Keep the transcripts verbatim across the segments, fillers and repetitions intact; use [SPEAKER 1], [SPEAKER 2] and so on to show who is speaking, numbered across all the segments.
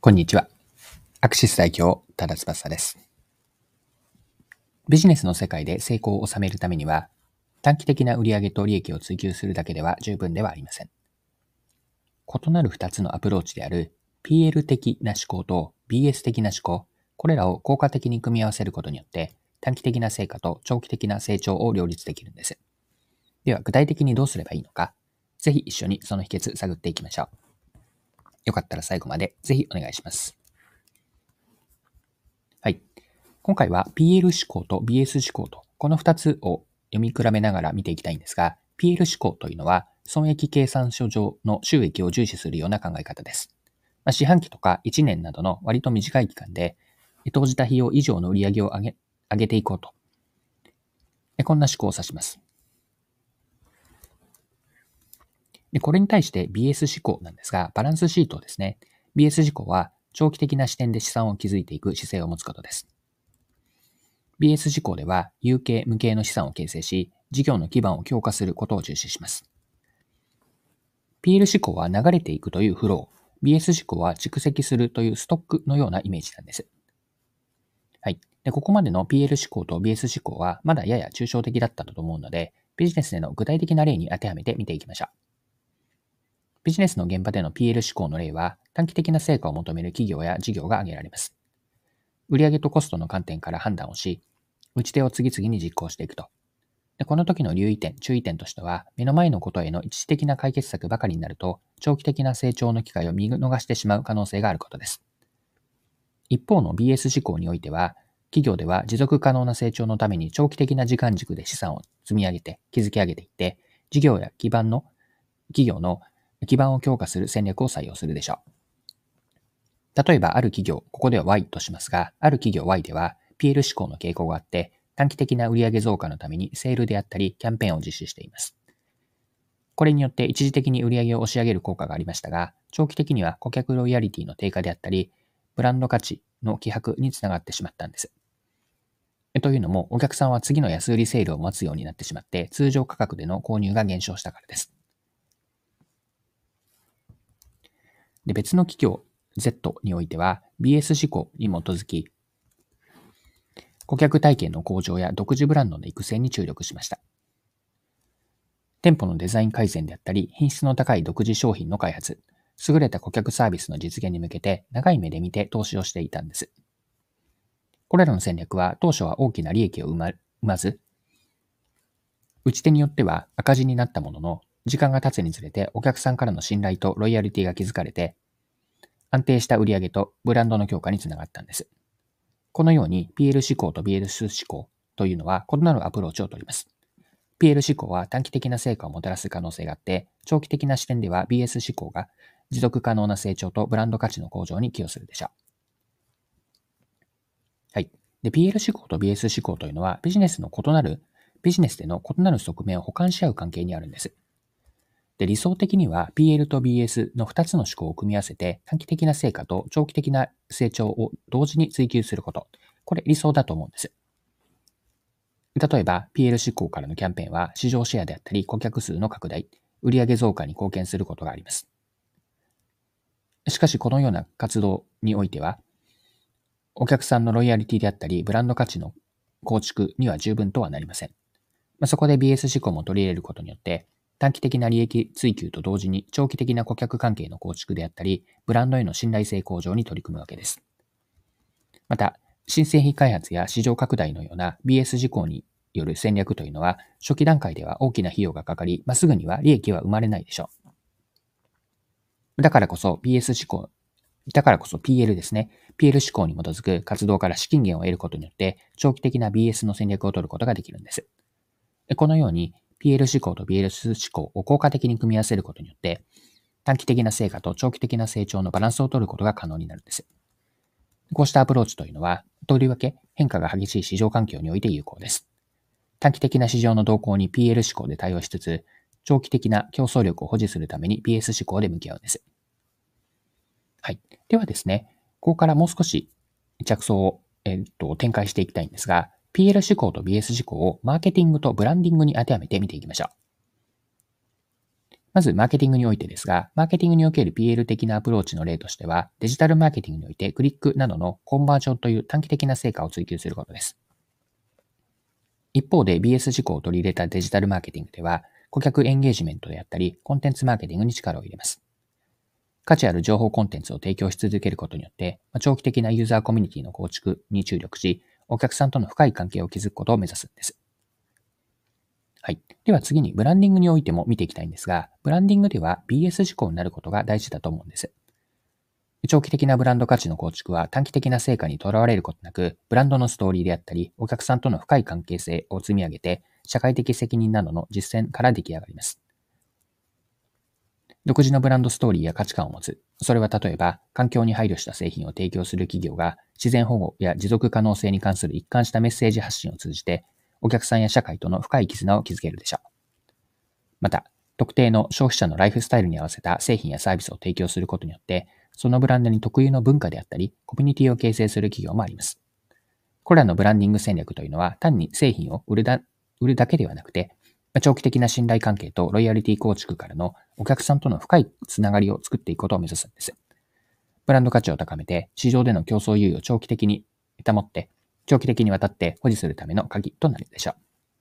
[SPEAKER 1] こんにちは。アクシス代表、多田翼です。ビジネスの世界で成功を収めるためには、短期的な売上と利益を追求するだけでは十分ではありません。異なるふたつのアプローチである ピーエル 的な思考と ビーエス 的な思考、これらを効果的に組み合わせることによって、短期的な成果と長期的な成長を両立できるんです。では、具体的にどうすればいいのか、ぜひ一緒にその秘訣探っていきましょう。よかったら最後までぜひお願いします。はい。今回は ピーエル 思考と ビーエス 思考とこのふたつを読み比べながら見ていきたいんですが、ピーエル 思考というのは損益計算書上の収益を重視するような考え方です。まあ、四半期とかいちねんなどの割と短い期間で投じた費用以上の売上を上げ、上げていこうと。こんな思考を指します。でこれに対して ビーエス 思考なんですが、バランスシートですね。ビーエス 思考は長期的な視点で資産を築いていく姿勢を持つことです。ビーエス 思考では有形無形の資産を形成し、事業の基盤を強化することを重視します。ピーエル 思考は流れていくというフロー、ビーエス 思考は蓄積するというストックのようなイメージなんです。はい。で、ここまでの ピーエル 思考と ビーエス 思考はまだやや抽象的だったと思うので、ビジネスでの具体的な例に当てはめて見ていきましょう。ビジネスの現場での ピーエル 思考の例は、短期的な成果を求める企業や事業が挙げられます。売上とコストの観点から判断をし、打ち手を次々に実行していくと。でこの時の留意点、注意点としては、目の前のことへの一時的な解決策ばかりになると、長期的な成長の機会を見逃してしまう可能性があることです。一方の ビーエス 思考においては、企業では持続可能な成長のために長期的な時間軸で資産を積み上げて、築き上げていって、事業や基盤の、企業の基盤を強化する戦略を採用するでしょう。例えば、ある企業、ここでは Y としますが、ある企業 Y では ピーエル 思考の傾向があって、短期的な売上増加のためにセールであったり、キャンペーンを実施しています。これによって一時的に売上を押し上げる効果がありましたが、長期的には顧客ロイヤリティの低下であったり、ブランド価値の希薄につながってしまったんです。というのも、お客さんは次の安売りセールを待つようになってしまって、通常価格での購入が減少したからです。で、別の企業 Z においては ビーエス 思考に基づき、顧客体験の向上や独自ブランドの育成に注力しました。店舗のデザイン改善であったり、品質の高い独自商品の開発、優れた顧客サービスの実現に向けて長い目で見て投資をしていたんです。これらの戦略は当初は大きな利益を生ま、生まず、打ち手によっては赤字になったものの、時間が経つにつれてお客さんからの信頼とロイヤリティが築かれて、安定した売上とブランドの強化につながったんです。このように ピーエル 思考と ビーエス 思考というのは異なるアプローチをとります。ピーエル 思考は短期的な成果をもたらす可能性があって、長期的な視点では ビーエス 思考が持続可能な成長とブランド価値の向上に寄与するでしょう。はい。で、ピーエル 思考と ビーエス 思考というのはビジネスの異なる、ビジネスでの異なる側面を補完し合う関係にあるんです。で、理想的には ピーエル と ビーエス のふたつの思考を組み合わせて短期的な成果と長期的な成長を同時に追求すること。これ理想だと思うんです。例えば ピーエル 思考からのキャンペーンは市場シェアであったり顧客数の拡大、売上増加に貢献することがあります。しかしこのような活動においては、お客さんのロイヤリティであったりブランド価値の構築には十分とはなりません。そこで ビーエス 思考も取り入れることによって短期的な利益追求と同時に長期的な顧客関係の構築であったりブランドへの信頼性向上に取り組むわけです。また、新製品開発や市場拡大のような ビーエス 事項による戦略というのは、初期段階では大きな費用がかかり、まあ、すぐには利益は生まれないでしょう。だからこそ ビーエス 思考、だからこそ ピーエル ですね。ピーエル 思考に基づく活動から資金源を得ることによって、長期的な ビーエス の戦略を取ることができるんです。このように、ピーエル 思考と ビーエス 思考を効果的に組み合わせることによって、短期的な成果と長期的な成長のバランスを取ることが可能になるんです。こうしたアプローチというのは、とりわけ変化が激しい市場環境において有効です。短期的な市場の動向に ピーエル 思考で対応しつつ、長期的な競争力を保持するために ビーエス 思考で向き合うんです。はい。ではですね、ここからもう少し着想を、えー、っと展開していきたいんですが、ピーエル 思考と ビーエス 思考をマーケティングとブランディングに当てはめて見ていきましょう。 まず、マーケティングにおいてですが、マーケティングにおける ピーエル 的なアプローチの例としては、デジタルマーケティングにおいてクリックなどのコンバージョンという短期的な成果を追求することです。一方で ビーエス 事項を取り入れたデジタルマーケティングでは、顧客エンゲージメントであったり、コンテンツマーケティングに力を入れます。価値ある情報コンテンツを提供し続けることによって、長期的なユーザーコミュニティの構築に注力し、お客さんとの深い関係を築くことを目指すんです。はい。では次にブランディングにおいても見ていきたいんですが、ブランディングでは ビーエス 事項になることが大事だと思うんです。長期的なブランド価値の構築は短期的な成果にとらわれることなく、ブランドのストーリーであったり、お客さんとの深い関係性を積み上げて、社会的責任などの実践から出来上がります。独自のブランドストーリーや価値観を持つ。それは例えば、環境に配慮した製品を提供する企業が、自然保護や持続可能性に関する一貫したメッセージ発信を通じて、お客さんや社会との深い絆を築けるでしょう。また、特定の消費者のライフスタイルに合わせた製品やサービスを提供することによって、そのブランドに特有の文化であったり、コミュニティを形成する企業もあります。これらのブランディング戦略というのは、単に製品を売るだ、売るだけではなくて、長期的な信頼関係とロイヤリティ構築からのお客さんとの深いつながりを作っていくことを目指すんです。ブランド価値を高めて、市場での競争優位を長期的に保って、長期的にわたって保持するための鍵となるでしょう。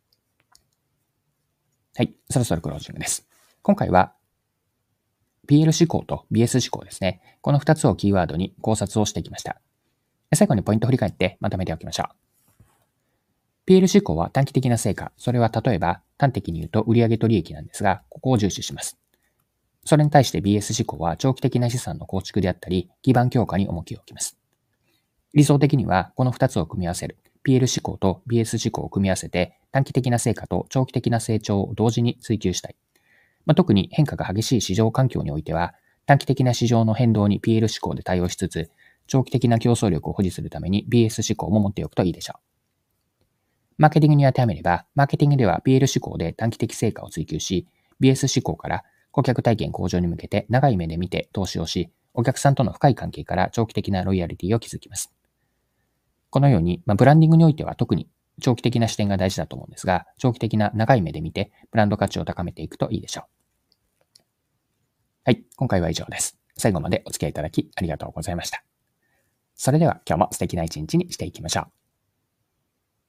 [SPEAKER 1] はい、そろそろクロージングです。今回は ピーエル 思考と ビーエス 思考ですね。このふたつをキーワードに考察をしてきました。最後にポイントを振り返ってまとめておきましょう。ピーエル 思考は短期的な成果。それは例えば端的に言うと売上と利益なんですが、ここを重視します。それに対して ビーエス 思考は長期的な資産の構築であったり、基盤強化に重きを置きます。理想的にはこのふたつを組み合わせる ピーエル 思考と ビーエス 思考を組み合わせて短期的な成果と長期的な成長を同時に追求したい。まあ、特に変化が激しい市場環境においては、短期的な市場の変動に ピーエル 思考で対応しつつ、長期的な競争力を保持するために ビーエス 思考も持っておくといいでしょう。マーケティングに当てはめれば、マーケティングでは ピーエル 思考で短期的成果を追求し、ビーエス 思考から顧客体験向上に向けて長い目で見て投資をし、お客さんとの深い関係から長期的なロイヤリティを築きます。このように、まあ、ブランディングにおいては特に長期的な視点が大事だと思うんですが、長期的な長い目で見てブランド価値を高めていくといいでしょう。はい、今回は以上です。最後までお付き合いいただきありがとうございました。それでは今日も素敵な一日にしていきましょう。